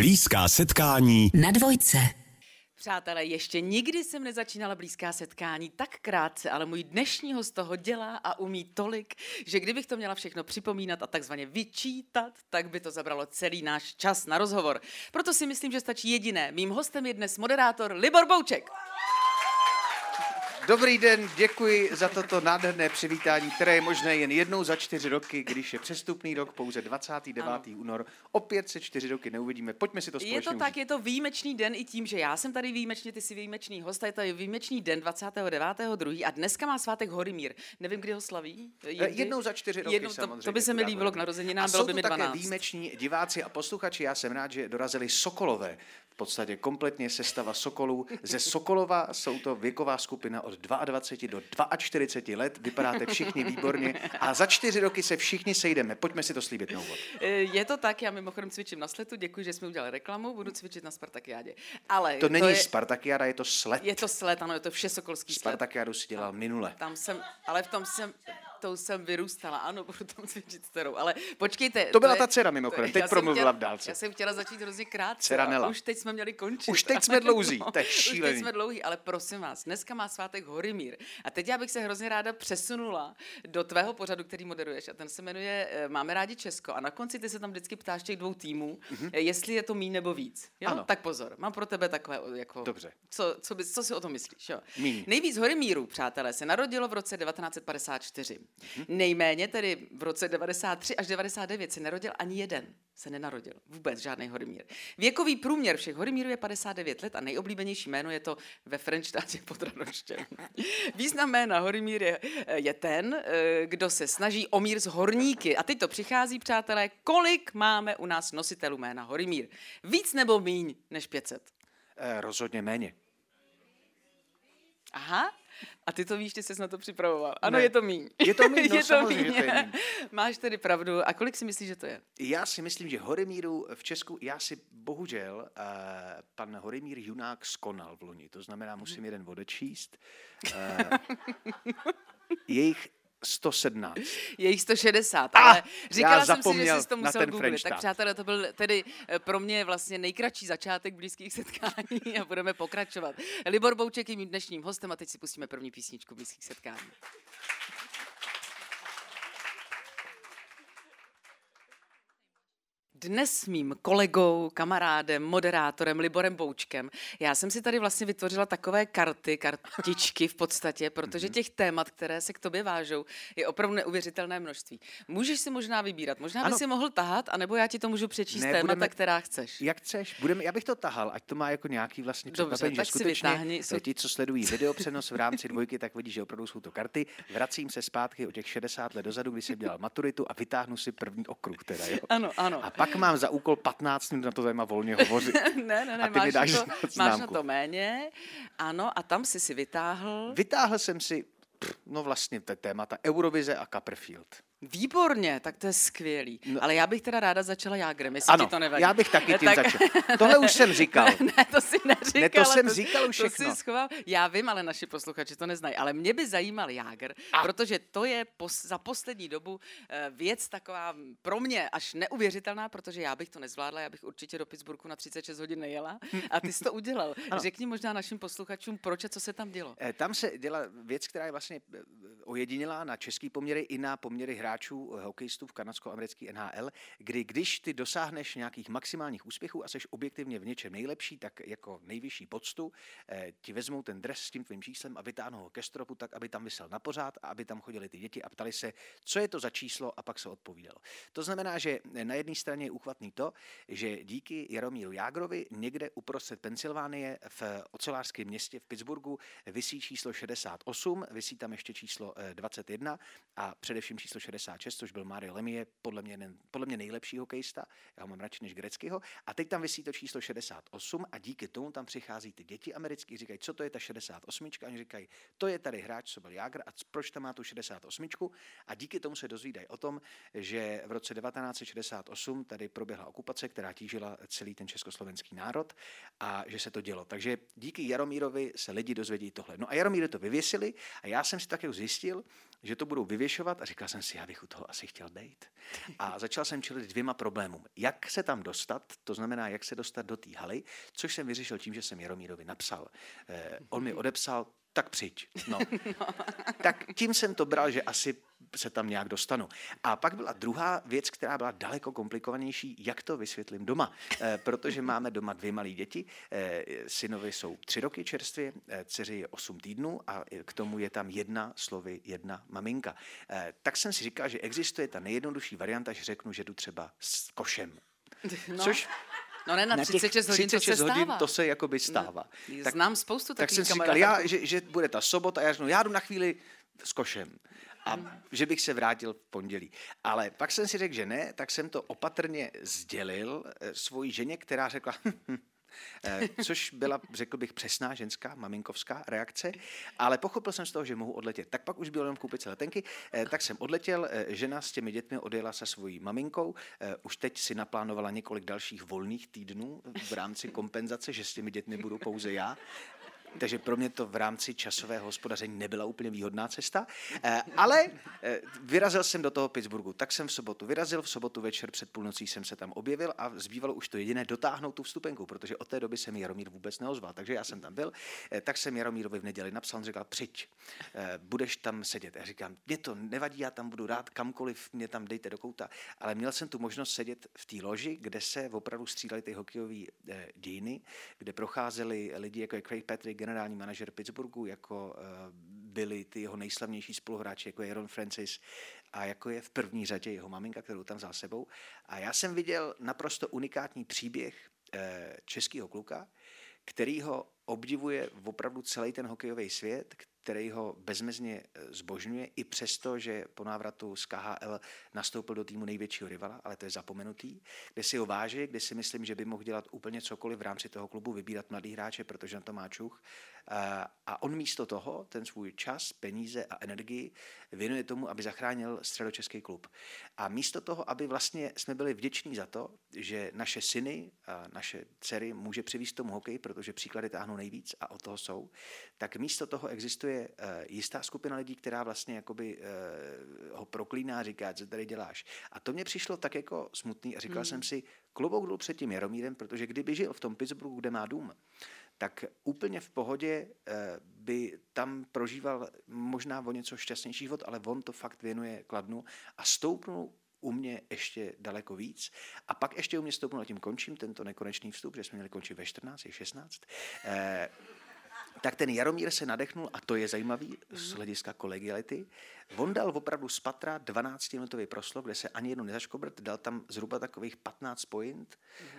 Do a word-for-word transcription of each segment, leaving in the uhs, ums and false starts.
Blízká setkání na dvojce. Přátelé, ještě nikdy jsem nezačínala blízká setkání tak krátce, ale můj dnešní host toho dělá a umí tolik, že kdybych to měla všechno připomínat a takzvaně vyčítat, tak by to zabralo celý náš čas na rozhovor. Proto si myslím, že stačí jediné. Mým hostem je dnes moderátor Libor Bouček. Dobrý den, děkuji za toto nádherné přivítání, které je možné jen jednou za čtyři roky, když je přestupný rok, pouze dvacátého devátého února. Opět se čtyři roky neuvidíme, pojďme si to společně Je to užít. tak, je to výjimečný den i tím, že já jsem tady výjimečně, ty jsi výjimečný host, a je to výjimečný den dvacátého devátého druhého a dneska má svátek Horymír. Nevím, kdy ho slaví. Jednou, jednou za čtyři roky jednou, to, samozřejmě. to by se mi líbilo k narozeninám, bylo by mi dvanáct. A jsou tu také výjimeční diváci a posluchači, já jsem rád, že dorazili Sokolové. V podstatě kompletně sestava Sokolů. Ze Sokolova jsou to věková skupina od dvacet dva do čtyřiceti dvou let. Vypadáte všichni výborně a za čtyři roky se všichni sejdeme. Pojďme si to slíbit na úvod. Je to tak, já mimochodem cvičím na sletu, děkuji, že jsme udělali reklamu, budu cvičit na Spartakiádě. Ale to, to není je, Spartakiáda, je to sled. Je to sled, ano, je to všesokolský sled. Spartakiádu si dělal minule. Tam jsem, ale v tom jsem... tou jsem vyrůstala, ano, budu tam cvičit s dcerou, ale počkejte. To byla to ta je, dcera mimochodem, teď promluvila v dálce. Já jsem chtěla začít hrozně krátce. Dcera Nela. Už teď jsme měli končit. Už teď jsme dlouzí, no, to je šílený. Už teď jsme dlouhý, ale prosím vás, dneska má svátek Horymír. A teď já bych se hrozně ráda přesunula do tvého pořadu, který moderuješ, a ten se jmenuje Máme rádi Česko. A na konci ty se tam vždycky ptáš těch dvou týmů, mm-hmm. jestli je to míň nebo víc. Jo? Ano. Tak pozor, mám pro tebe takové jako... Dobře. Co, co, bys, co si o tom myslíš? Jo? Míň. Nejvíc Horymírů, přátelé, se narodilo v roce devatenáct set padesát čtyři. Mm-hmm. Nejméně tedy v roce devadesát tři až devadesát devět se nerodil ani jeden. Se nenarodil. Vůbec žádný Horymír. Věkový průměr všech Horymírů je padesát devět let a nejoblíbenější jméno je to ve Frenštátě pod Radhoštěm. Význam jména Horymír je, je ten, kdo se snaží o mír s horníky. A teď to přichází, přátelé, kolik máme u nás nositelů jména Horymír? Víc nebo míň než pět set? Eh, rozhodně méně. Aha. A ty to víš, ty jsi na to připravoval. Ano, ne. je to míň. Je to míň, no je to samozřejmě, míň. že to je míň. Máš tedy pravdu. A kolik si myslíš, že to je? Já si myslím, že Horymírů v Česku, já si bohužel, uh, pan Horymír Junák skonal v loni. To znamená, musím jeden odečíst. Uh, jejich sto sedmnáct. Je jich sto šedesát, Ah, ale říkala jsem si, že jsi to na musel ten googlit. Frenštát. Tak přátelé, to byl tedy pro mě vlastně nejkratší začátek blízkých setkání a budeme pokračovat. Libor Bouček je mým dnešním hostem a teď si pustíme první písničku blízkých setkání. Dnes mým kolegou, kamarádem, moderátorem Liborem Boučkem. Já jsem si tady vlastně vytvořila takové karty, kartičky v podstatě, protože těch témat, které se k tobě vážou, je opravdu neuvěřitelné množství. Můžeš si možná vybírat, možná by si mohl tahat, anebo já ti to můžu přečíst ne, témata, budeme, která chceš. Jak chceš, budeme, já bych to tahal, ať to má jako nějaký vlastně překvapení, že skutečně vytáhni, jsou... ti, co sledují videopřenos v rámci dvojky, tak vidí, že opravdu jsou to karty. Vracím se zpátky o těch šedesát let dozadu, kdy jsem dělal maturitu a vytáhnu si první okruh. Teda, jo. Ano, ano. A pak mám za úkol patnáct minut na to téma volně hovořit. ne, ne, ne, a ty máš, mi dáš to, máš na to méně. Ano, a tam jsi si vytáhl... Vytáhl jsem si, no vlastně témata Eurovize a Copperfield. Výborně, tak to je skvělý. No. Ale já bych teda ráda začala Jágrem, jestli ano, ti to nevadí. Já bych taky tím tak... začal. Tohle už jsem říkal. ne, to si neříkal. Ne, to jsem to, říkal už všechno. To si schoval. Já vím, ale naši posluchači to neznají. Ale mě by zajímal Jágr, a. protože to je pos, za poslední dobu věc taková pro mě až neuvěřitelná, protože já bych to nezvládla, já bych určitě do Pittsburghu na třicet šest hodin nejela. A ty jsi to udělal. Řekni možná našim posluchačům, proč a co se tam dělo. Tam se dělá věc, která je vlastně ojedinělá na český poměry i na poměry hráčů hokej v kanadsko-americký N H L, kdy když ty dosáhneš nějakých maximálních úspěchů a seš objektivně v něčem nejlepší, tak jako nejvyšší poctu eh, ti vezmou ten dres s tím tvým číslem a vytáhnou ho ke stropu tak, aby tam visel na pořád a aby tam chodili ty děti a ptali se, co je to za číslo a pak se odpovídalo. To znamená, že na jedné straně je uchvatný to, že díky Jaromíru Jágrovi někde uprostřed Pensylvánie v ocelářském městě v Pittsburghu visí číslo šedesát osm, visí tam ještě číslo dvacet jedna a především číslo šedesát šest, což byl Mario Lemieux, podle mě, podle mě nejlepší hokejista, já ho mám radši než Gretzkyho, a teď tam visí to číslo šedesát osm a díky tomu tam přichází ty děti americký, říkají, co to je ta šedesát osm, a oni říkají, to je tady hráč, co byl Jágr, a proč tam má tu šedesát osm, a díky tomu se dozvídají o tom, že v roce devatenáct set šedesát osm tady proběhla okupace, která tížila celý ten československý národ a že se to dělo. Takže díky Jaromírovi se lidi dozvědí tohle. No a Jaromíry to vyvěsili a já jsem si také zjistil, že to budou vyvěšovat a říkal jsem si, já bych u toho asi chtěl být. A začal jsem čelit dvěma problémům. Jak se tam dostat, to znamená, jak se dostat do té haly, což jsem vyřešil tím, že jsem Jaromírovi napsal. Eh, on mi odepsal, tak přijď. No. Tak tím jsem to bral, že asi se tam nějak dostanu. A pak byla druhá věc, která byla daleko komplikovanější, jak to vysvětlím doma. E, protože máme doma dvě malé děti, e, synovi jsou tři roky čerstvě, e, dceři je osm týdnů a k tomu je tam jedna slovy, jedna maminka. E, tak jsem si říkal, že existuje ta nejjednodušší varianta, že řeknu, že jdu třeba s košem. No. Což No ne, na, na třicet šest hodin to se stává. hodin to se jakoby stává. No, tak, znám spoustu tak takových jsem si říkal, já, že, že bude ta sobota, já řeknu, já jdu na chvíli s košem. A mm. že bych se vrátil v pondělí. Ale pak jsem si řekl, že ne, tak jsem to opatrně sdělil e, svojí ženě, která řekla, e, což byla, řekl bych, přesná ženská, maminkovská reakce, ale pochopil jsem z toho, že mohu odletět. Tak pak už bylo jenom koupit si letenky, e, tak jsem odletěl, e, žena s těmi dětmi odjela se svojí maminkou, e, už teď si naplánovala několik dalších volných týdnů v rámci kompenzace, že s těmi dětmi budu pouze já. Takže pro mě to v rámci časového hospodaření nebyla úplně výhodná cesta, ale vyrazil jsem do toho Pittsburghu. Tak jsem v sobotu vyrazil, v sobotu večer před půlnocí jsem se tam objevil a zbývalo už to jediné dotáhnout tu vstupenku, protože od té doby se mi Jaromír vůbec neozval. Takže já jsem tam byl, tak jsem Jaromírovi v neděli napsal, on říkal, přijď, budeš tam sedět. Já říkám, mě to nevadí, já tam budu rád, kamkoliv mě tam dejte do kouta, ale měl jsem tu možnost sedět v té loži, kde se opravdu střílely ty hokejové dějiny, kde procházeli lidi jako je Craig Patrick, generální manažer Pittsburghu, jako uh, byli ty jeho nejslavnější spoluhráči, jako je Ron Francis a jako je v první řadě jeho maminka, kterou tam vzal sebou. A já jsem viděl naprosto unikátní příběh uh, českého kluka, který ho obdivuje opravdu celý ten hokejový svět, který ho bezmezně zbožňuje, i přesto, že po návratu z K H L nastoupil do týmu největšího rivala, ale to je zapomenutý, kde si ho váží, kde si myslím, že by mohl dělat úplně cokoliv v rámci toho klubu, vybírat mladý hráče, protože na to má čuch. A on místo toho ten svůj čas, peníze a energii věnuje tomu, aby zachránil středočeský klub. A místo toho, aby vlastně jsme byli vděční za to, že naše syny a naše dcery může přivést tomu hokej, protože příklady táhnou nejvíc a od toho jsou, tak místo toho existuje jistá skupina lidí, která vlastně jakoby ho proklíná a říká, co tady děláš. A to mě přišlo tak jako smutný a říkal mm. jsem si, klobouk dolů před tím Jaromírem, protože kdyby žil v tom Pittsburghu, kde má dům, tak úplně v pohodě by tam prožíval možná o něco šťastnější život, ale on to fakt věnuje Kladnu a stoupnul u mě ještě daleko víc. A pak ještě u mě stoupnul, a tím končím tento nekonečný vstup, že jsme měli končit ve čtrnáct, šestnáct. Eh, tak ten Jaromír se nadechnul, a to je zajímavý z hlediska kolegiality. On dal opravdu z patra dvanáctiminutový proslov, kde se ani jednou nezaškobrt, dal tam zhruba takových patnáct point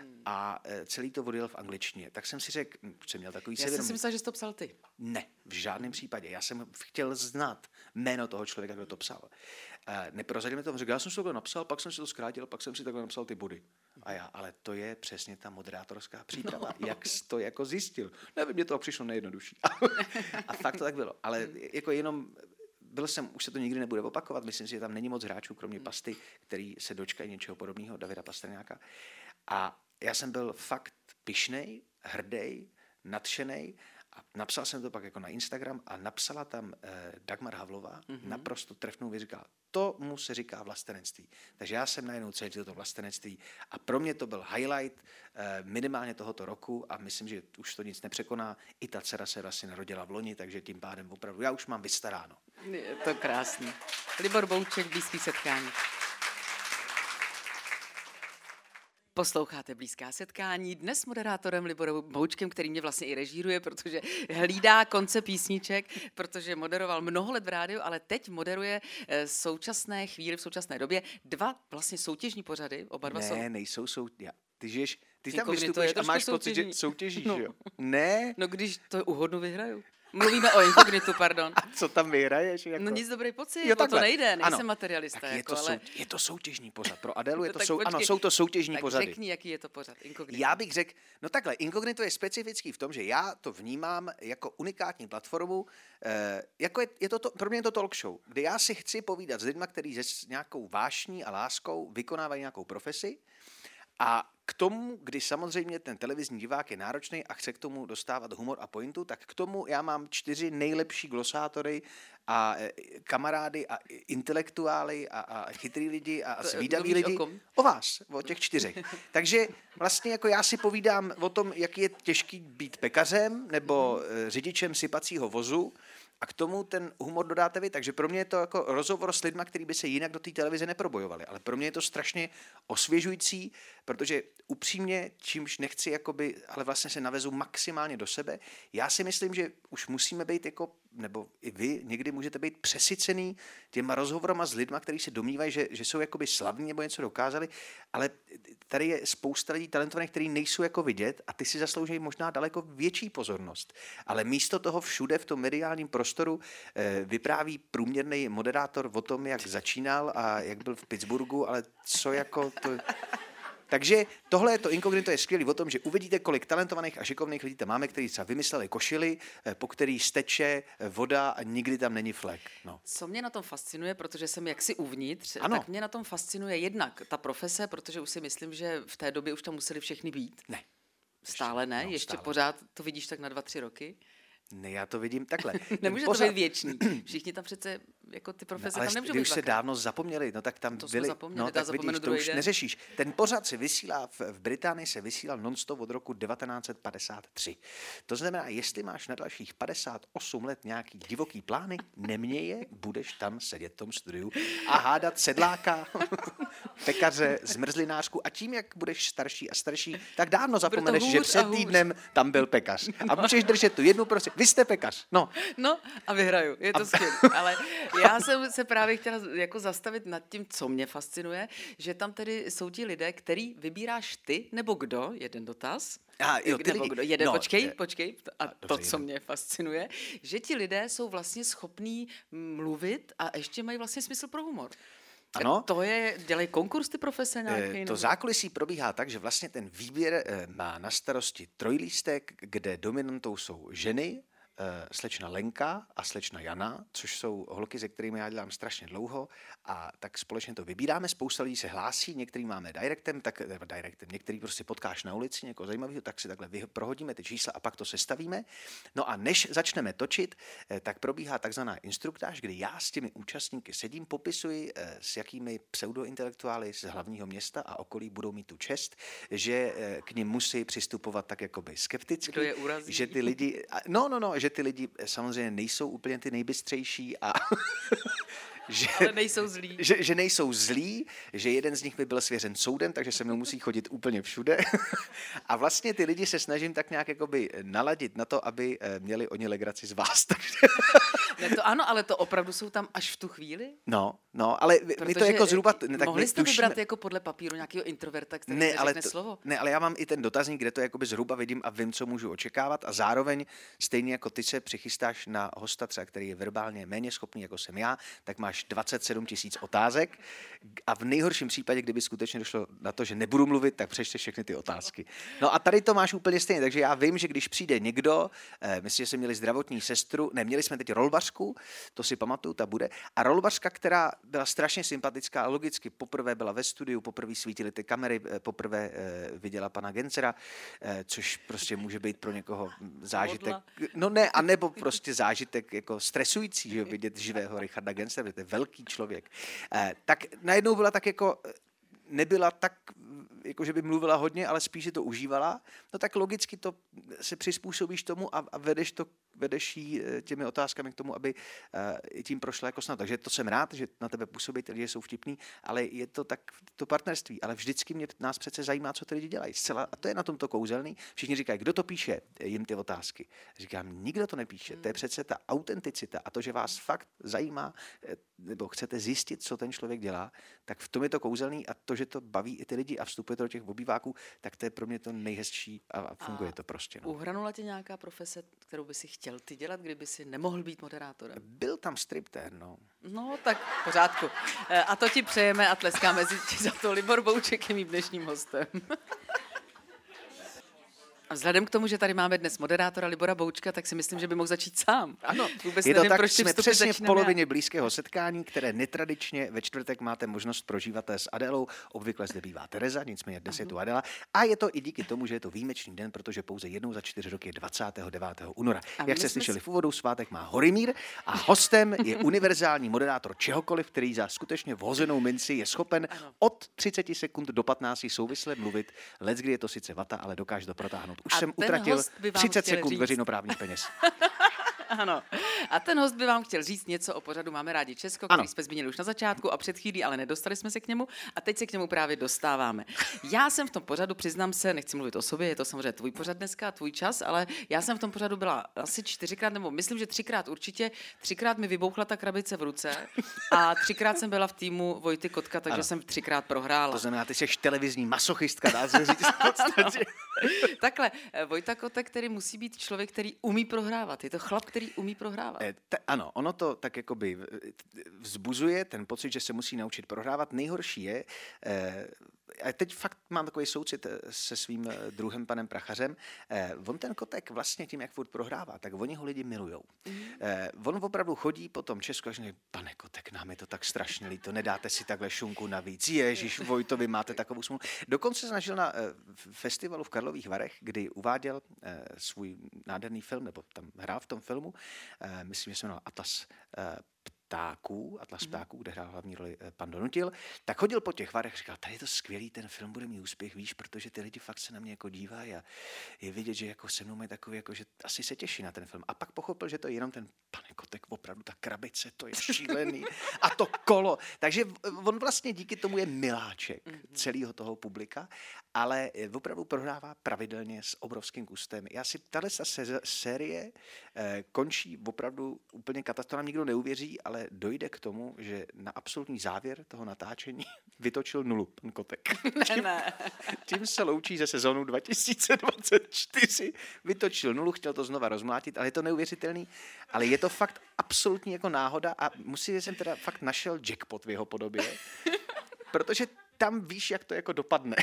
a celý to odjel v angličtině. Tak jsem si řekl, jsem měl takový Já jsem si myslel, že jsi to psal ty. Ne, v žádném případě. Já jsem chtěl znát jméno toho člověka, kdo to psal. Neprozadil mi to, řekl, já jsem si to napsal, pak jsem si to zkrátil, pak jsem si takhle napsal ty body. A já, ale to je přesně ta moderátorská příprava. No. Jak jsi to jako zjistil? Nevím, mě to přišlo nejjednodušší. A fakt to tak bylo. Ale jako jenom byl jsem, už se to nikdy nebude opakovat, myslím si, že tam není moc hráčů, kromě Pasty, který se dočkají něčeho podobného, Davida Pastrňáka. A já jsem byl fakt pyšnej, hrdej, nadšenej a napsal jsem to pak jako na Instagram a napsala tam eh, Dagmar Havlová, mm-hmm. naprosto trefnou věc, říkala, to mu se říká vlastenectví. Takže já jsem najednou cítil to vlastenectví a pro mě to byl highlight eh, minimálně tohoto roku a myslím, že už to nic nepřekoná. I ta dcera se vlastně narodila v loni, takže tím pádem opravdu já už mám vystaráno. Je to krásný. Libor Bouček, Blízký setkání. Posloucháte Blízká setkání, dnes s moderátorem Liborem Boučkem, který mě vlastně i režíruje, protože hlídá konce písniček, protože moderoval mnoho let v rádiu, ale teď moderuje současné chvíli, v současné době dva vlastně soutěžní pořady, oba dva ne, jsou... Ne, nejsou soutěžní. Ty žiješ, ty tam Inkognito vystupuješ a máš pocit, že soutěžíš, no. jo? Ne? No když to uhodnu, vyhraju. Mluvíme o inkognitu, pardon. A co tam vyhraješ? Jako? No nic dobrý pocit, jo, o to nejde, nejsem ano. materialista. Tak je, jako, to ale... sou, je to soutěžní pořad. Pro Adelu je no, to sou, ano, jsou to soutěžní tak pořady. Tak řekni, jaký je to pořad, Inkognito. Já bych řekl, no takhle, Inkognito je specifický v tom, že já to vnímám jako unikátní platformu, eh, jako je, je to, to, pro mě je to talk show, kde já si chci povídat s lidmi, kteří s nějakou vášní a láskou vykonávají nějakou profesi. A k tomu, kdy samozřejmě ten televizní divák je náročný a chce k tomu dostávat humor a pointu, tak k tomu já mám čtyři nejlepší glosátory a kamarády a intelektuály a, a chytrý lidi a zvídaví lidi. O, o vás, o těch čtyřech. Takže vlastně jako já si povídám o tom, jak je těžký být pekařem nebo mm. řidičem sypacího vozu, a k tomu ten humor dodáte vy, takže pro mě je to jako rozhovor s lidma, který by se jinak do té televize neprobojovali, ale pro mě je to strašně osvěžující, protože upřímně, čímž nechci, jakoby, ale vlastně se navezu maximálně do sebe, já si myslím, že už musíme být jako, nebo i vy někdy můžete být přesycený těma rozhovorama s lidma, kteří se domnívají, že, že jsou jakoby slavní nebo něco dokázali, ale tady je spousta lidí talentovaných, kteří nejsou jako vidět a ty si zaslouží možná daleko větší pozornost. Ale místo toho všude v tom mediálním prostoru eh, vypráví průměrný moderátor o tom, jak začínal a jak byl v Pittsburghu, ale co jako to... Takže tohle, to inkognito je skvělý o tom, že uvidíte, kolik talentovaných a šikovných lidí tam máme, kteří třeba vymysleli košily, po který steče voda a nikdy tam není flek. No. Co mě na tom fascinuje, protože jsem jaksi uvnitř, ano. tak mě na tom fascinuje jednak ta profese, protože už si myslím, že v té době už tam museli všechny být. Ne. Stále ne, no, ještě stále. Pořád to vidíš tak na dva, tři roky. Ne, já to vidím takhle. Nemůže Pořád... to být věčný. Všichni tam přece, jako ty profese, no, tam nemůžou být být už se dvakrát. dávno zapomněli, no tak tam to byli, zapomněli, no tak vidíš, to už den. neřešíš. Ten pořad se vysílá, v, v Británii se vysílal non-stop od roku devatenáct set padesát tři. To znamená, jestli máš na dalších padesát osm let nějaký divoký plány, neměj je, budeš tam sedět v tom studiu a hádat sedláka, pekaře, zmrzlinářku a tím, jak budeš starší a starší, tak dávno zapomeneš, že před týdnem tam byl pekař. A můžeš držet tu jednu prostě, vy jste pekař, no. No a vyhraju, je to a... skvělé. Ale já jsem se právě chtěla jako zastavit nad tím, co mě fascinuje, že tam tedy jsou ti lidé, který vybíráš ty nebo kdo, jeden dotaz. A, jo, ty nebo lidi. kdo, jeden, no, počkej, je... počkej. A, a to, dobře, co mě fascinuje, že ti lidé jsou vlastně schopní mluvit a ještě mají vlastně smysl pro humor. Ano. To je, dělají konkurs ty profese nějaký? E, to zákulisí probíhá tak, že vlastně ten výběr e, má na starosti trojlístek, kde dominantou jsou ženy, slečna Lenka a slečna Jana, což jsou holky, se kterými já dělám strašně dlouho a tak společně to vybíráme, spousta lidí se hlásí, některý máme directem, tak directem, některý prostě potkáš na ulici, někoho zajímavého, tak si takhle prohodíme ty čísla a pak to sestavíme. No a než začneme točit, tak probíhá takzvaná instruktáž, kdy já s těmi účastníky sedím, popisuji, s jakými pseudointelektuály z hlavního města a okolí budou mít tu čest, že k nim musí přistupovat tak jakoby skepticky. Kdo je urazí? Že ty lidi, no, no, no, že ty lidi samozřejmě nejsou úplně ty nejbystřejší a že, ale nejsou zlí. Že, že nejsou zlí, že jeden z nich by byl svěřen soudem, takže se mnou musí chodit úplně všude. A vlastně ty lidi se snažím tak nějak jakoby naladit na to, aby měli oni legraci z vás. Ne, to ano, ale to opravdu jsou tam až v tu chvíli? No, no, ale my, my to jako zhruba... Ne, tak mohli jste tušíme... vybrat jako podle papíru nějakého introverta, který ne, ale to, slovo? Ne, ale já mám i ten dotazník, kde to jakoby zhruba vidím a vím, co můžu očekávat a zároveň stejně jako ty se přichystáš na hosta třeba, který je verbálně méně schopný, jako jsem já, tak máš dvacet sedm tisíc otázek a v nejhorším případě, kdyby skutečně došlo na to, že nebudu mluvit, tak přečteš všechny ty otázky. No a tady to máš úplně stejně, takže já vím, že když přijde někdo, eh, myslím, že jsme měli zdravotní sestru, ne, měli jsme teď rolbařku, to si pamatuju, ta bude, a rolbařka, která byla strašně sympatická, logicky poprvé byla ve studiu, poprvé svítily ty kamery, poprvé eh, viděla pana Gencera, eh, což prostě může být pro někoho zážitek, no ne, a nebo prostě zážitek jako stresující, že vidět živého Richarda Gencera, to je velký člověk. Eh, tak najednou byla tak jako, nebyla tak, jako že by mluvila hodně, ale spíš si to užívala, no tak logicky to se přizpůsobíš tomu a, a vedeš, to, vedeš jí těmi otázkami k tomu, aby uh, tím prošla jako snad. Takže to jsem rád, že na tebe působí, ty lidi jsou vtipný, ale je to tak to partnerství. Ale vždycky mě nás přece zajímá, co ty lidi dělají. Zcela, a to je na tomto kouzelný. Všichni říkají, kdo to píše, jim ty otázky. Říkám, nikdo to nepíše. To je přece ta autenticita a to, že vás fakt zajímá, nebo chcete zjistit, co ten člověk dělá, tak v tom je to kouzelný a to, že to baví i ty lidi a vstupuje to do těch obýváků, tak to je pro mě to nejhezčí a, a funguje a to prostě. No. Uhranula tě nějaká profese, kterou by si chtěl ty dělat, kdyby si nemohl být moderátorem? Byl tam striptér, no. No, tak v pořádku. A to ti přejeme a tleskáme si za to. Libor Bouček je mým dnešním hostem. A vzhledem k tomu, že tady máme dnes moderátora Libora Boučka, tak si myslím, že by mohl začít sám. Ano, Vůbec je to nevím, tak, proč ty jsme vstupy přesně v začínám polovině já. blízkého setkání, které netradičně ve čtvrtek máte možnost prožívat s Adélou. Obvykle zde bývá Tereza, nicméně dnes je tu Adela. A je to i díky tomu, že je to výjimečný den, protože pouze jednou za čtyři roky je dvacátého devátého února. A Jak my jste jsme slyšeli si- v úvodu, svátek má Horimír a hostem je univerzální moderátor čehokoliv, který za skutečně vhozenou minci je schopen Ano. od třicet sekund do patnácti souvisle mluvit. Leckdy je to sice vata, ale dokáže to protáhnout. Už A jsem ten utratil host by vám třicet chtěl sekund říct- veřejnoprávních peněz. Ano. A ten host by vám chtěl říct něco o pořadu Máme rádi Česko, Ano. který jsme zmínili už na začátku a před chvílí, ale nedostali jsme se k němu a teď se k němu právě dostáváme. Já jsem v tom pořadu, přiznám se, nechci mluvit o sobě, je to samozřejmě tvůj pořad dneska, tvůj čas, ale já jsem v tom pořadu byla asi čtyřikrát, nebo myslím, že třikrát určitě. Třikrát mi vybouchla ta krabice v ruce a třikrát jsem byla v týmu Vojty Kotka, takže Ano. jsem třikrát prohrála. To znamená, ty jsi televizní masochistka, dá se říct v podstatě. Takhle, eh, Vojta Kotek, který musí být člověk, který umí prohrávat. Je to chlap, který umí prohrávat. Eh, te- Ano, ono to tak jakoby v- vzbuzuje ten pocit, že se musí naučit prohrávat. Nejhorší je, eh, a teď fakt mám takový soucit eh, se svým eh, druhem panem Prachařem, eh, on ten Kotek vlastně tím, jak furt prohrává, tak oni ho lidi milujou. Eh, on opravdu chodí po tom Česku a říká, pane Kotek, nám je to tak strašně líto, nedáte si takhle šunku navíc. Ježiš, Vojto, vy máte takovou smůlu. Dokonce se snažil na eh, festivalu v Karlových Varech, kdy uváděl eh, svůj nádherný film, nebo tam hrál v tom filmu, eh, myslím, že se jmenoval Atlas eh, ptáků, Atlas ptáků, kde hrál hlavní roli eh, pan Donutil, tak chodil po těch varech, říkal, tady je to skvělý, ten film bude mít úspěch, víš, protože ty lidi fakt se na mě jako dívají a je vidět, že jako se mnou mají takový, jako, že asi se těší na ten film. A pak pochopil, že to je jenom ten pane Kotek, opravdu ta krabice, to je šílený. A to kolo. Takže v- on vlastně díky tomu je miláček celého toho publika, ale eh, opravdu prohrává pravidelně s obrovským kustem. Já si, tahle se- série eh, končí opravdu úplně katastrofálně, nikdo neuvěří, ale dojde k tomu, že na absolutní závěr toho natáčení vytočil nulu pan Kotek. Ne, ne. Tím se loučí ze sezónu dva tisíce dvacet čtyři. Vytočil nulu, chtěl to znova rozmlátit, ale je to neuvěřitelný. Ale je to fakt absolutní jako náhoda a musím, že jsem teda fakt našel jackpot v jeho podobě, protože tam víš, jak to jako dopadne.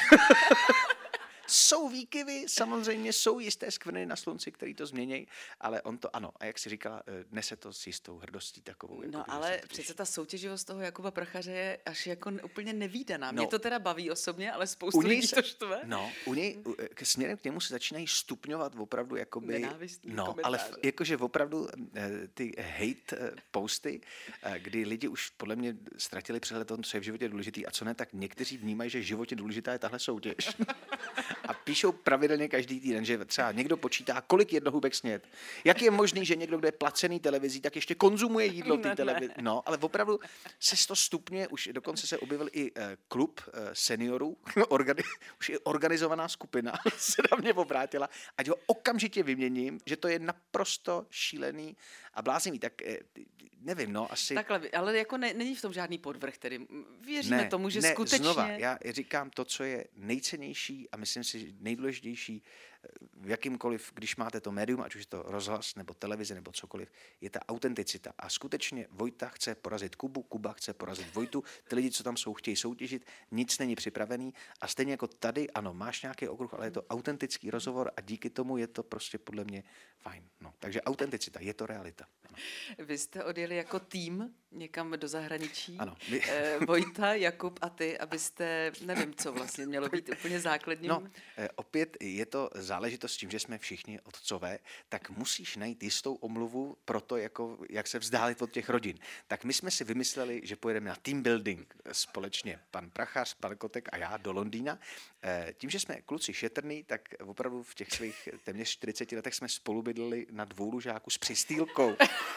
Jsou výkyvy, samozřejmě jsou jisté skvrny na slunci, které to změnějí, ale on to ano. A jak si říkala, eh, nese to s jistou hrdostí takovou. Jako No když se ale to přece těší. ta soutěživost toho Jakuba Prachaře je až jako n- úplně nevídaná. Mě No. to teda baví osobně, ale spoustu U něj lidí se- to štve. No, u něj, u- k směrem k němu se začínají stupňovat opravdu jakoby... Nenávistný No, ale v- komentáře. jakože opravdu eh, ty hate eh, posty, eh, kdy lidi už podle mě ztratili přehled o tom, co je v životě důležitý a co ne, tak někteří vnímají, že v životě důležitá je tahle soutěž. A píšou pravidelně každý týden, že třeba někdo počítá, kolik jednohubek snět. Jak je možný, že někdo, kdo je placený televizí, tak ještě konzumuje jídlo v té Ne, ne. televizi. No, ale opravdu se to stupně, už dokonce se objevil i eh, klub eh, seniorů, organi- už i organizovaná skupina se na mě obrátila, ať ho okamžitě vyměním, že to je naprosto šílený a bláznivý. Tak eh, nevím, no, asi... Takhle, ale jako ne, není v tom žádný podvrh, tedy m, věříme tomu, že ne, skutečně... znova, já říkám to, co je nejcennější a myslím si nejdůležitější v jakýmkoliv, když máte to médium, ať už je to rozhlas nebo televize nebo cokoliv, je ta autenticita. A skutečně Vojta chce porazit Kubu, Kuba chce porazit Vojtu, ty lidi, co tam jsou, chtějí soutěžit, nic není připravený a stejně jako tady, ano, máš nějaký okruh, ale je to autentický rozhovor a díky tomu je to prostě podle mě fajn. No, takže autenticita, je to realita. Ano. Vy jste odjeli jako tým někam do zahraničí. Ano. My- Eh, Vojta, Jakub a ty, abyste, nevím, co vlastně mělo být úplně základním. No, eh, opět je to záležitost tím, že jsme všichni otcové, tak musíš najít jistou omluvu pro to, jako, jak se vzdálit od těch rodin. Tak my jsme si vymysleli, že pojedeme na team building společně, pan Prachař, pan Kotek a já do Londýna. Eh, Tím, že jsme kluci šetrný, tak opravdu v těch svých téměř čtyřiceti letech jsme spolu bydleli na dvou lužáku s přistýlkou.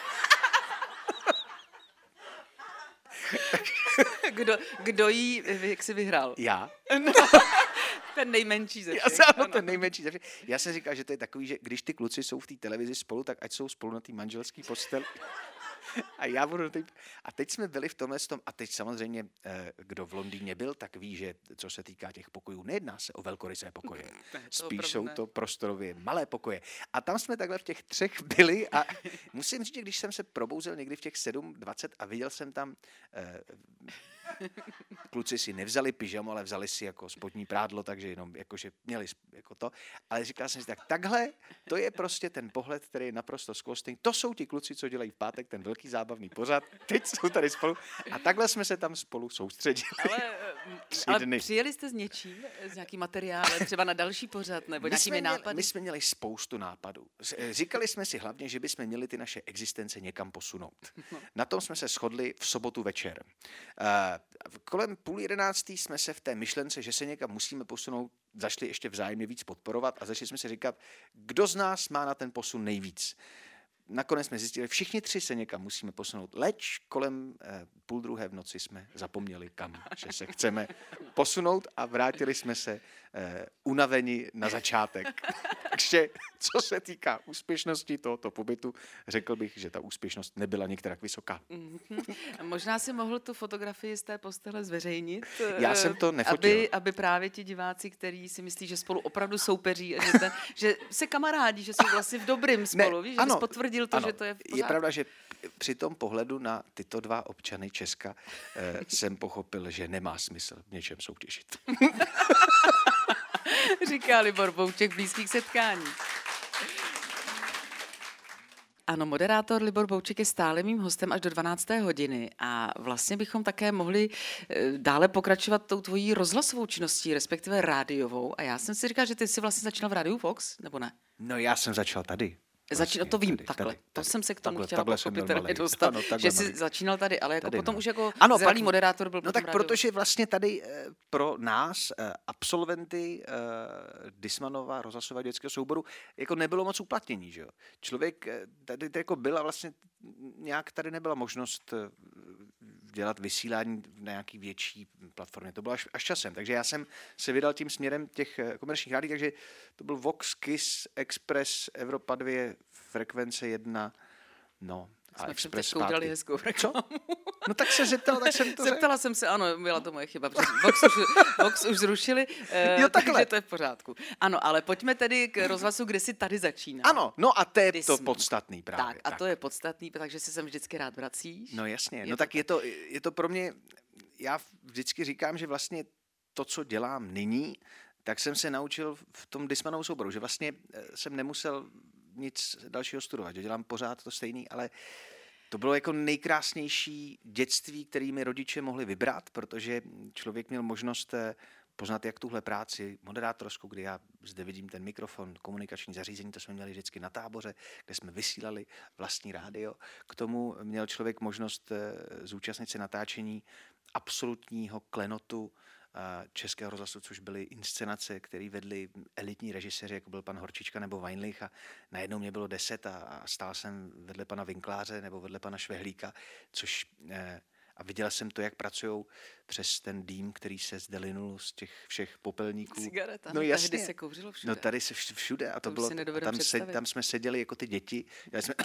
Kdo, kdo jí, jak jsi vyhrál? Já. Ten nejmenší ze Já všech. jsem ano, ano. ten nejmenší. ze všech. Já jsem říkal, že to je takový, že když ty kluci jsou v té televizi spolu, tak ať jsou spolu na té manželské posteli. A já budu na té... A teď jsme byli v tomhle tom, a teď samozřejmě, eh, kdo v Londýně byl, tak ví, že co se týká těch pokojů, nejedná se o velkorysé pokoje. Spíš opravdu jsou ne. to prostorově malé pokoje. A tam jsme takhle v těch třech byli a musím říct, že když jsem se probouzel někdy v těch sedm dvacet a viděl jsem tam eh, Kluci si nevzali pyžamo, ale vzali si jako spodní prádlo, takže jenom jakože měli jako to. Ale říkal jsem si tak, takhle, to je prostě ten pohled, který je naprosto skvostný. To jsou ti kluci, co dělají v pátek ten velký zábavný pořad. Teď jsou tady spolu a takhle jsme se tam spolu soustředili. Ale, ale přijeli jste s něčím, s nějakým materiálem, třeba na další pořad nebo my nějakými měli, nápady? My jsme měli spoustu nápadů. Říkali jsme si hlavně, že bychom měli ty naše existence někam posunout. No. Na tom jsme se shodli v sobotu večer. Uh, kolem půl jedenáctý jsme se v té myšlence, že se někam musíme posunout, zašli ještě vzájemně víc podporovat a začali jsme si říkat, kdo z nás má na ten posun nejvíc. Nakonec jsme zjistili, všichni tři se někam musíme posunout. Leč kolem eh, půl druhé v noci jsme zapomněli kam, že se chceme posunout a vrátili jsme se eh, unaveni na začátek. Takže co se týká úspěšnosti tohoto pobytu, řekl bych, že ta úspěšnost nebyla některak vysoká. Mm-hmm. Možná si mohl tu fotografii z té postele zveřejnit. Já jsem to nefotil. Aby, aby právě ti diváci, kteří si myslí, že spolu opravdu soupeří a že, ten, že se kamarádí, že jsou vlastně v dobrým spolu, ne, víš, ano, že bys potvrdil to, ano, že to je v pořádku. Je pravda, že při tom pohledu na tyto dva občany Česka eh, jsem pochopil, že nemá smysl v něčem soutěžit. Říká Libor Bouček v Blízkých setkání. Ano, moderátor Libor Bouček je stále mým hostem až do dvanácté hodiny a vlastně bychom také mohli dále pokračovat tou tvojí rozhlasovou činností, respektive rádiovou. A já jsem si říkal, že ty jsi vlastně začínal v Rádiu Vox, nebo ne? No já jsem začal tady. Začínal, to vím, tady, takhle. Tady, tady, to jsem se k tomu takhle, chtěla pochopitelně dostat, ano, že jsi malý. Začínal tady, ale jako tady, potom no. už jako ano, zralý pak, moderátor byl no tak rádiu. Protože vlastně tady eh, pro nás, eh, absolventy eh, Dismanova rozhlasového dětského souboru, jako nebylo moc uplatnění, že jo. Člověk eh, tady, tady jako byla vlastně, nějak tady nebyla možnost eh, dělat vysílání na nějaký větší platformě. To bylo až, až časem. Takže já jsem se vydal tím směrem těch komerčních rádií, takže to byl Vox, Kiss, Express, Evropa dva, Frekvence jedna, no a jsme Express zpátky. Udělali hezkou reklamu. No tak se zeptala, tak jsem to Zeptala jsem se, ano, byla to moje chyba. Vox už, Vox už zrušili, eh, jo, takže to je v pořádku. Ano, ale pojďme tedy k rozhlasu, kde jsi tady začínal. Ano, no a to je to podstatný právě. Tak, a tak. to je podstatný, takže si sem vždycky rád vracíš. No jasně, je no tak, tak je to, je to pro mě, já vždycky říkám, že vlastně to, co dělám nyní, tak jsem se naučil v tom Dismanovu souboru, že vlastně jsem nemusel nic dalšího studovat, že dělám pořád to stejný, ale to bylo jako nejkrásnější dětství, který mi rodiče mohli vybrat, protože člověk měl možnost poznat jak tuhle práci moderátorskou, kdy já zde vidím ten mikrofon, komunikační zařízení, to jsme měli vždycky na táboře, kde jsme vysílali vlastní rádio. K tomu měl člověk možnost zúčastnit se natáčení absolutního klenotu Českého rozhlasu, což byly inscenace, které vedli elitní režiséři, jako byl pan Horčička nebo Weinlich, a najednou mě bylo deset a, a stál jsem vedle pana Vinkláře nebo vedle pana Švehlíka, což eh, a viděl jsem to, jak pracují přes ten dým, který se zde linul z těch všech popelníků. Cigareta, no jasně. Tady se kouřilo všude. No tady se všude a to, to bylo, a tam, se, tam jsme seděli jako ty děti. Já jsme...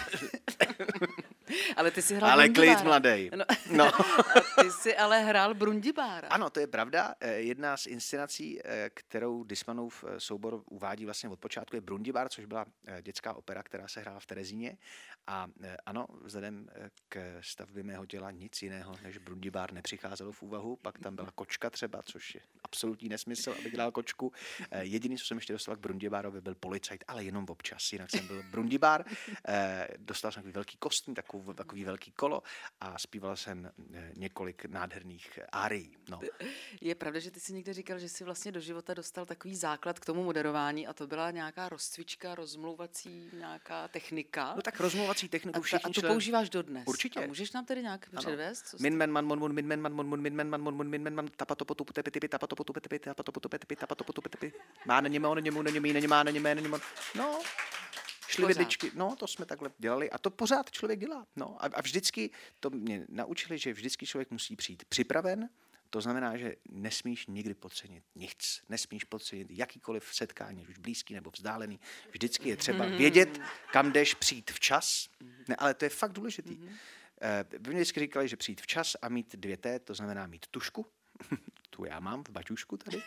Ale ty jsi hrál Ale klid mladej. No. No. A ty jsi ale hrál Brundibára. Ano, to je pravda. Jedna z inscenací, kterou Dismanův soubor uvádí vlastně od počátku, je Brundibár, což byla dětská opera, která se hrála v Terezíně. A ano, vzhledem k stavbě mého těla nic jiného než Brundibár nepřicházelo v úvahu. Pak tam byla kočka třeba, což je absolutní nesmysl, aby dělal kočku. Jediný, co jsem ještě dostal k Brundibárovi, byl policajt, ale jenom občas. Jinak jsem byl Brundibár. Dostal jsem takový velký kostým, takový, takový velký kolo a zpíval jsem několik nádherných árií. No. Je pravda, že ty jsi někde říkal, že jsi vlastně do života dostal takový základ k tomu moderování a to byla nějaká rozcvička, rozmluvací, nějaká technika. No tak rozmluvací techniku všichni. A to člen... používáš dodnes. Určitě. A můžeš nám tedy nějak předvést? Min men man mon mon min men man mon mon min men man mon mon min men man tapatopotu tepi tepi tapatopotu tepi tapatopotu tepi tapatopotu tepi. Má na něm, on němu, na něm, na něm, má na něm, na něm. No. Šli vidličky, no to jsme takhle dělali a to pořád člověk dělá. No a, a vždycky, to mě naučili, že vždycky člověk musí přijít připraven, to znamená, že nesmíš nikdy podcenit nic, nesmíš podcenit jakýkoliv setkání, už blízký nebo vzdálený. Vždycky je třeba vědět, kam jdeš, přijít včas, ne, ale to je fakt důležitý. Vy mě vždycky říkali, že přijít včas a mít dvě té, to znamená mít tušku, tu já mám v baťušku tady,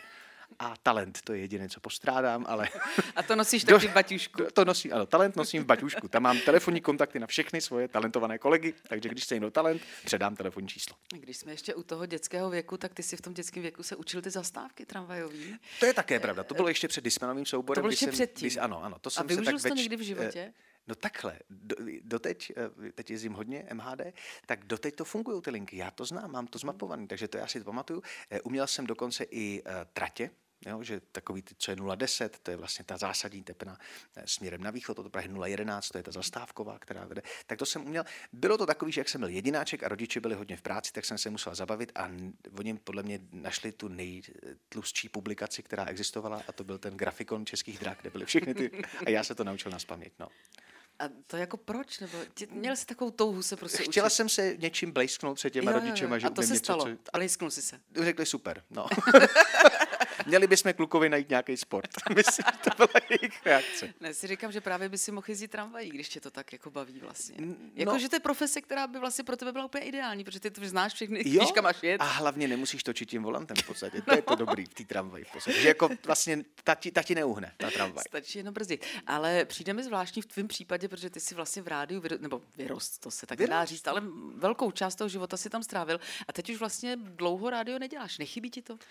a talent, to je jediné, co postrádám, ale... A to nosíš taky v baťušku. To nosím, ano, talent nosím v baťušku. Tam mám telefonní kontakty na všechny svoje talentované kolegy, takže když chce někdo talent, předám telefonní číslo. Když jsme ještě u toho dětského věku, tak ty si v tom dětském věku se učil ty zastávky tramvajový. To je také pravda, to bylo ještě před Discmanovým souborem. To bylo ještě předtím. Když, ano, ano, to jsem a využil se tak jsi to več, někdy v životě? No takhle, do, doteď, teď jezdím hodně M H D, tak doteď to fungují ty linky, já to znám, mám to zmapovaný, takže to já si to pamatuju. Uměl jsem dokonce i uh, tratě, jo, že takový, ty, co je nula deset, to je vlastně ta zásadní tepna směrem na východ, to Prahy nula jedenáct, to je ta zastávková, která vede. Tak to jsem uměl. Bylo to takový, že jak jsem byl jedináček a rodiče byli hodně v práci, tak jsem se musel zabavit a oni podle mě našli tu nejtlustší publikaci, která existovala a to byl ten grafikon Českých drah, kde byly všechny ty a já se to naučil nazpaměť, no. A to jako proč? Nebo tě, měl jsi takovou touhu se prostě Chtěla učit? jsem se něčím blejsknout před těma jo, rodičema, jo, že a to se něco, stalo. Co... Blejsknul jsi se. Řekli super, no. Měli bychom klukovi najít nějaký sport. Myslím, že to byla jejich reakce. Ne, si říkám, že právě by si mohl jezdit tramvají, když tě to tak jako baví vlastně. No. Jako, že to je profese, která by vlastně pro tebe byla úplně ideální, protože ty to znáš všechny, Jo? víš, kam máš jet. A hlavně nemusíš točit tím volantem v podstatě. To je to dobrý v té tramvaji v podstatě. Že jako vlastně ta ti, ta ti neuhne, ta tramvaj. Stačí jenom brzdit. Ale přijde mi zvláštní v tvém případě, protože ty si vlastně v rádiu, vyro... nebo vyrost, to se tak Vyrost. nedá říct, ale velkou část toho života si tam strávil a teď už vlastně dlouho rádio neděláš. Nechybí ti to?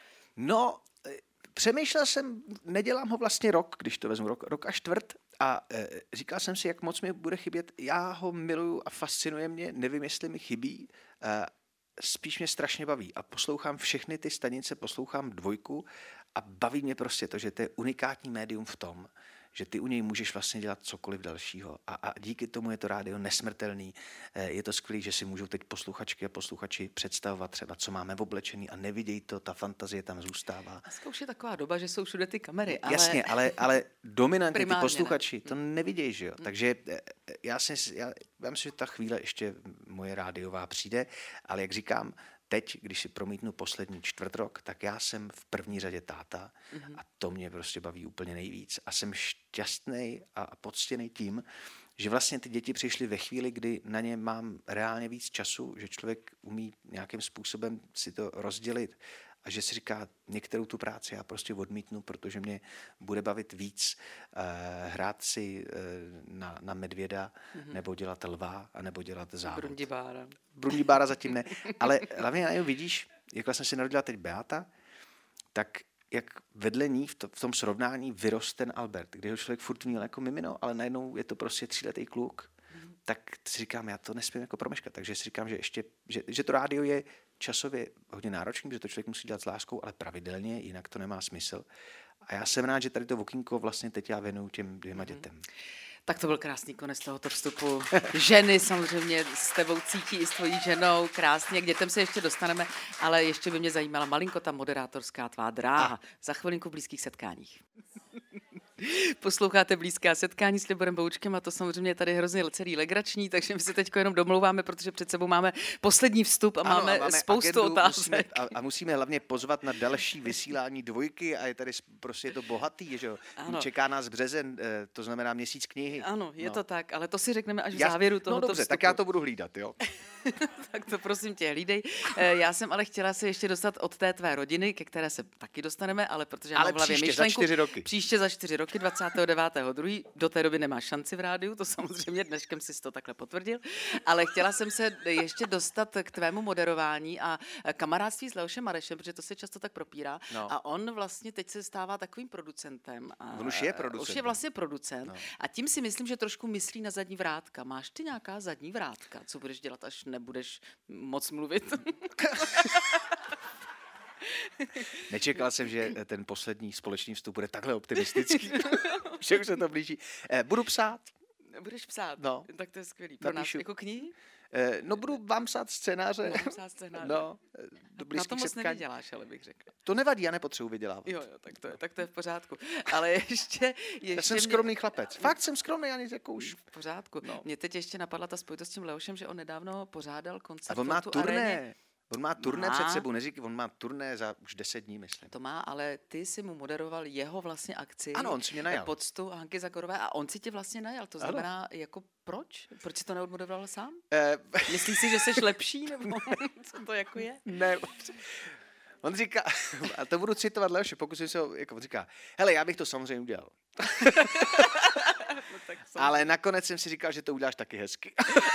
No, přemýšlel jsem, nedělám ho vlastně rok, když to vezmu rok, rok a čtvrt a e, říkal jsem si, jak moc mi bude chybět. Já ho miluju a fascinuje mě, nevím, jestli mi chybí, e, spíš mě strašně baví a poslouchám všechny ty stanice, poslouchám dvojku a baví mě prostě to, že to je unikátní médium v tom, že ty u něj můžeš vlastně dělat cokoliv dalšího. A, a díky tomu je to rádio nesmrtelný. Je to skvělé, že si můžou teď posluchačky a posluchači představovat třeba, co máme oblečený a nevidějí to, ta fantazie tam zůstává. Dneska už je taková doba, že jsou všude ty kamery. Ale... Jasně, ale, ale dominantně ty posluchači ne. to nevidějí, že jo. Hmm. Takže já si, já, já myslím, že ta chvíle ještě moje rádiová přijde, ale jak říkám, teď, když si promítnu poslední čtvrt rok, tak já jsem v první řadě táta mm-hmm. a to mě prostě baví úplně nejvíc. A jsem šťastný a poctěný tím, že vlastně ty děti přišly ve chvíli, kdy na ně mám reálně víc času, že člověk umí nějakým způsobem si to rozdělit a že si říká, některou tu práci já prostě odmítnu, protože mě bude bavit víc uh, hrát si uh, na, na medvěda, mm-hmm. nebo dělat lva, anebo dělat závod. Brundibára. Brundibára zatím ne, ale hlavně najednou vidíš, jak vlastně se narodila teď Beata, tak jak vedle ní v, to, v tom srovnání vyrost ten Albert, kdy ho člověk furt měl jako mimino, ale najednou je to prostě tříletý kluk, mm. tak si říkám, já to nesmím jako promeškat, takže si říkám, že ještě, že, že to rádio je časově hodně náročný, že to člověk musí dělat s láskou, ale pravidelně, jinak to nemá smysl. A já jsem rád, že tady to okýnko vlastně teď já věnuju těm dvěma mm. dětem. Tak to byl krásný konec tohoto vstupu. Ženy samozřejmě s tebou cítí i s tvojí ženou krásně. K dětem se ještě dostaneme, ale ještě by mě zajímala malinko ta moderátorská tvá dráha. A. Za chvilinku v blízkých setkáních. Posloucháte Blízká setkání s Liborem Boučkem a to samozřejmě je tady hrozně celý legrační, takže my se teď jenom domlouváme, protože před sebou máme poslední vstup a, ano, máme, a máme spoustu agendu, otázek. Musíme, a, a musíme hlavně pozvat na další vysílání dvojky a je tady prostě je to bohatý, že jo. Čeká nás březen, to znamená měsíc knihy. Ano, je no. to tak, ale to si řekneme až v já, závěru tohoto No dobře, vstupu. tak já to budu hlídat, jo. Tak to prosím tě, hlídej. Já jsem ale chtěla se ještě dostat od té tvé rodiny, ke které se taky dostaneme, ale protože já ale mám v hlavě příště myšlenku. za čtyři roky. Příště za čtyři roky, dvacátého devátého druhého Do té doby nemáš šanci v rádiu, to samozřejmě dneškem si to takhle potvrdil, ale chtěla jsem se ještě dostat k tvému moderování a kamarádství s Leošem Marešem, protože to se často tak propírá. No. A on vlastně teď se stává takovým producentem. A on už je producent. Už je vlastně producent. No. A tím si myslím, že trošku myslí na zadní vrátka. Máš ty nějaká zadní vrátka? Co budeš dělat, až nebudeš moc mluvit? Nečekal jsem, že ten poslední společný vstup bude takhle optimistický. Že už se to blíží. Budu psát. Budeš psát? No. Tak to je skvělý. Pro Napíšu. nás jako knihy? No budu vám psát scénáře. Vám psát scénáře. No, do na to moc setkání. nevyděláš, ale bych řekl. To nevadí, já nepotřebuji vydělávat. Jo, jo, tak to je, tak to je v pořádku. Ale ještě... ještě já jsem mě... skromný chlapec. Fakt jsem skromný, já nic jako už. V pořádku. No. Mě teď ještě napadla ta spojitost s tím Leošem, že on nedávno pořádal koncert. A on má turné. Aréně. On má turné má. před sebou, neřík, on má turné za už deset dní, myslím. To má, ale ty si mu moderoval jeho vlastně akci. Ano, on si mě najal. Poctu Hanky Zakorové a on si tě vlastně najal. To znamená, ano. jako proč? Proč si to neodmoderoval sám? Eh. Myslíš si, že jsi lepší, nebo co to jako je? Ne. On říká, a to budu citovat Leoše, pokusím se ho, jako on říká, hele, já bych to samozřejmě udělal. No, tak Ale nakonec jsem si říkal, že to uděláš taky hezky.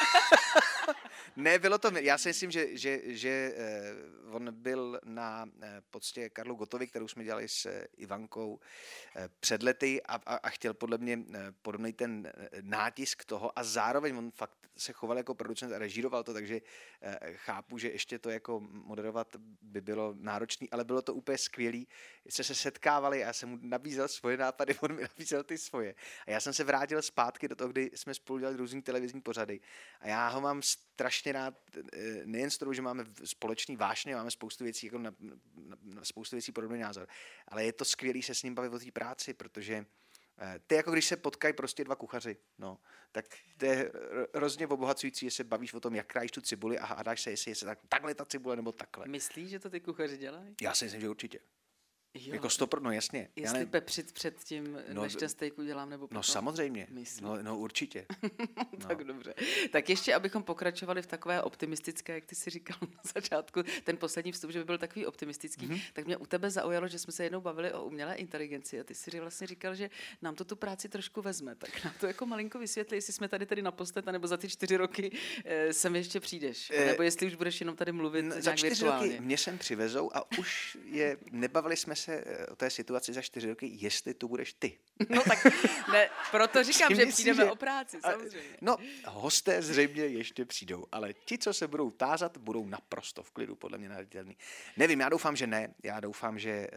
Ne, bylo to, já si myslím, že, že, že eh, on byl na eh, poctě Karlu Gottovi, kterou jsme dělali s eh, Ivankou eh, před lety a, a, a chtěl podle mě eh, podobný ten eh, nátisk toho a zároveň on fakt se choval jako producent a režíroval to, takže eh, chápu, že ještě to jako moderovat by bylo náročné, ale bylo to úplně skvělý. Jste se setkávali a já jsem mu nabízel svoje nápady, on mi nabízel ty svoje. A já jsem se vrátil zpátky do toho, kdy jsme spolu dělali různý televizní pořady. A já ho mám strašně rád, nejen z toho, že máme společný vášně, máme spoustu věcí, jako na, na, na spoustu věcí podobný názor, ale je to skvělý se s ním bavit o té práci, protože ty jako když se potkají prostě dva kuchaři, no, tak to je hrozně obohacující, že se bavíš o tom, jak krájíš tu cibuli a hádáš se, jestli je se tak, takhle ta cibule nebo takhle. Myslíš, že to ty kuchaři dělají? Já si myslím, že určitě. Jo. Jako stopr, no jasně. Jestli ne... pepřit před tím, no, než ten steak udělám, nebo potom? No samozřejmě, Myslím. no, no určitě. No. Tak dobře. Tak ještě, abychom pokračovali v takové optimistické, jak ty si říkal na začátku, ten poslední vstup, že by byl takový optimistický, mm-hmm. tak mě u tebe zaujalo, že jsme se jednou bavili o umělé inteligenci a ty si vlastně říkal, že nám to tu práci trošku vezme. Tak nám to jako malinko vysvětli, jestli jsme tady tedy naposled, nebo za ty čtyři roky e, sem ještě přijdeš, e... nebo jestli už budeš jenom tady mluvit no, nějak za čtyři virtuálně. Roky mě sem přivezou a už je, nebavili jsme se o té situaci za čtyři roky, jestli tu budeš ty. No tak ne, proto říkám, že přijdeme že... o práci, samozřejmě. No, hosté zřejmě ještě přijdou, ale ti, co se budou tázat, budou naprosto v klidu, podle mě nahraditelný. Nevím, já doufám, že ne. Já doufám, že,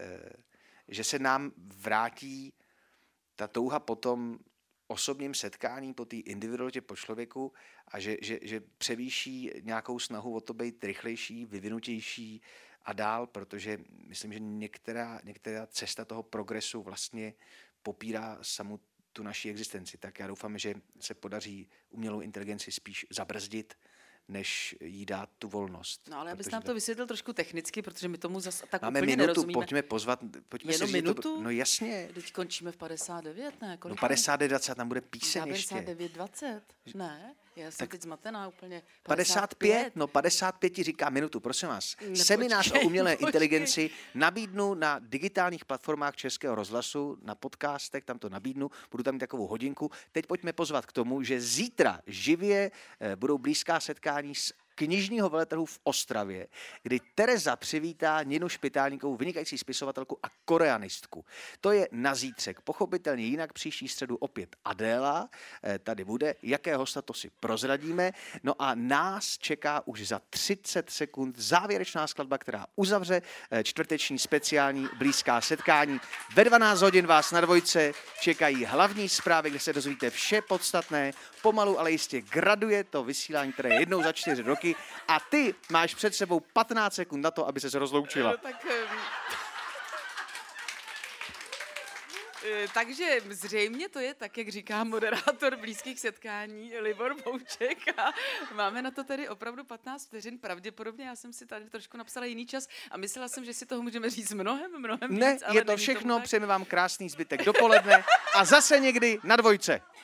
že se nám vrátí ta touha po tom osobním setkání, po té individualitě, po člověku a že, že, že převýší nějakou snahu o to být rychlejší, vyvinutější a dál, protože myslím, že některá, některá cesta toho progresu vlastně popírá samu tu naší existenci. Tak já doufám, že se podaří umělou inteligenci spíš zabrzdit, než jí dát tu volnost. No ale abys nám to vysvětlil trošku technicky, protože my tomu zase tak máme úplně minutu, nerozumíme. Pojďme pozvat, pojďme jenom si minutu? To, no jasně. Teď končíme v padesát devět, ne? Kolik no padesát devět dvacet, tam bude píseň ještě. padesát devět dvacet, ne? Já jsem tak teď zmatená úplně. padesát pět, no padesát pět ti říká minutu, prosím vás. Nepočkej, Seminář o umělé počkej. inteligenci nabídnu na digitálních platformách Českého rozhlasu, na podcastech, tam to nabídnu, budu tam mít takovou hodinku. Teď pojďme pozvat k tomu, že zítra živě eh, budou blízká setkání s knižního veletrhu v Ostravě, kdy Tereza přivítá Ninu Špitálníkovou, vynikající spisovatelku a koreanistku. To je na zítřek. Pochopitelně jinak příští středu opět Adéla tady bude. Jaké hosta, to si prozradíme. No a nás čeká už za třicet sekund závěrečná skladba, která uzavře čtvrteční speciální blízká setkání. Ve dvanáct hodin vás na Dvojce čekají hlavní zprávy, kde se dozvíte vše podstatné. Pomalu, ale jistě graduje to vysílání, které je jednou za čtyři roky. A ty máš před sebou patnáct sekund na to, aby ses rozloučila. No, tak, takže zřejmě to je tak, jak říká moderátor blízkých setkání Libor Bouček a máme na to tedy opravdu patnáct vteřin. Pravděpodobně já jsem si tady trošku napsala jiný čas a myslela jsem, že si toho můžeme říct mnohem, mnohem ne, víc. Ne, je to všechno, přejeme vám krásný zbytek dopoledne a zase někdy na Dvojce.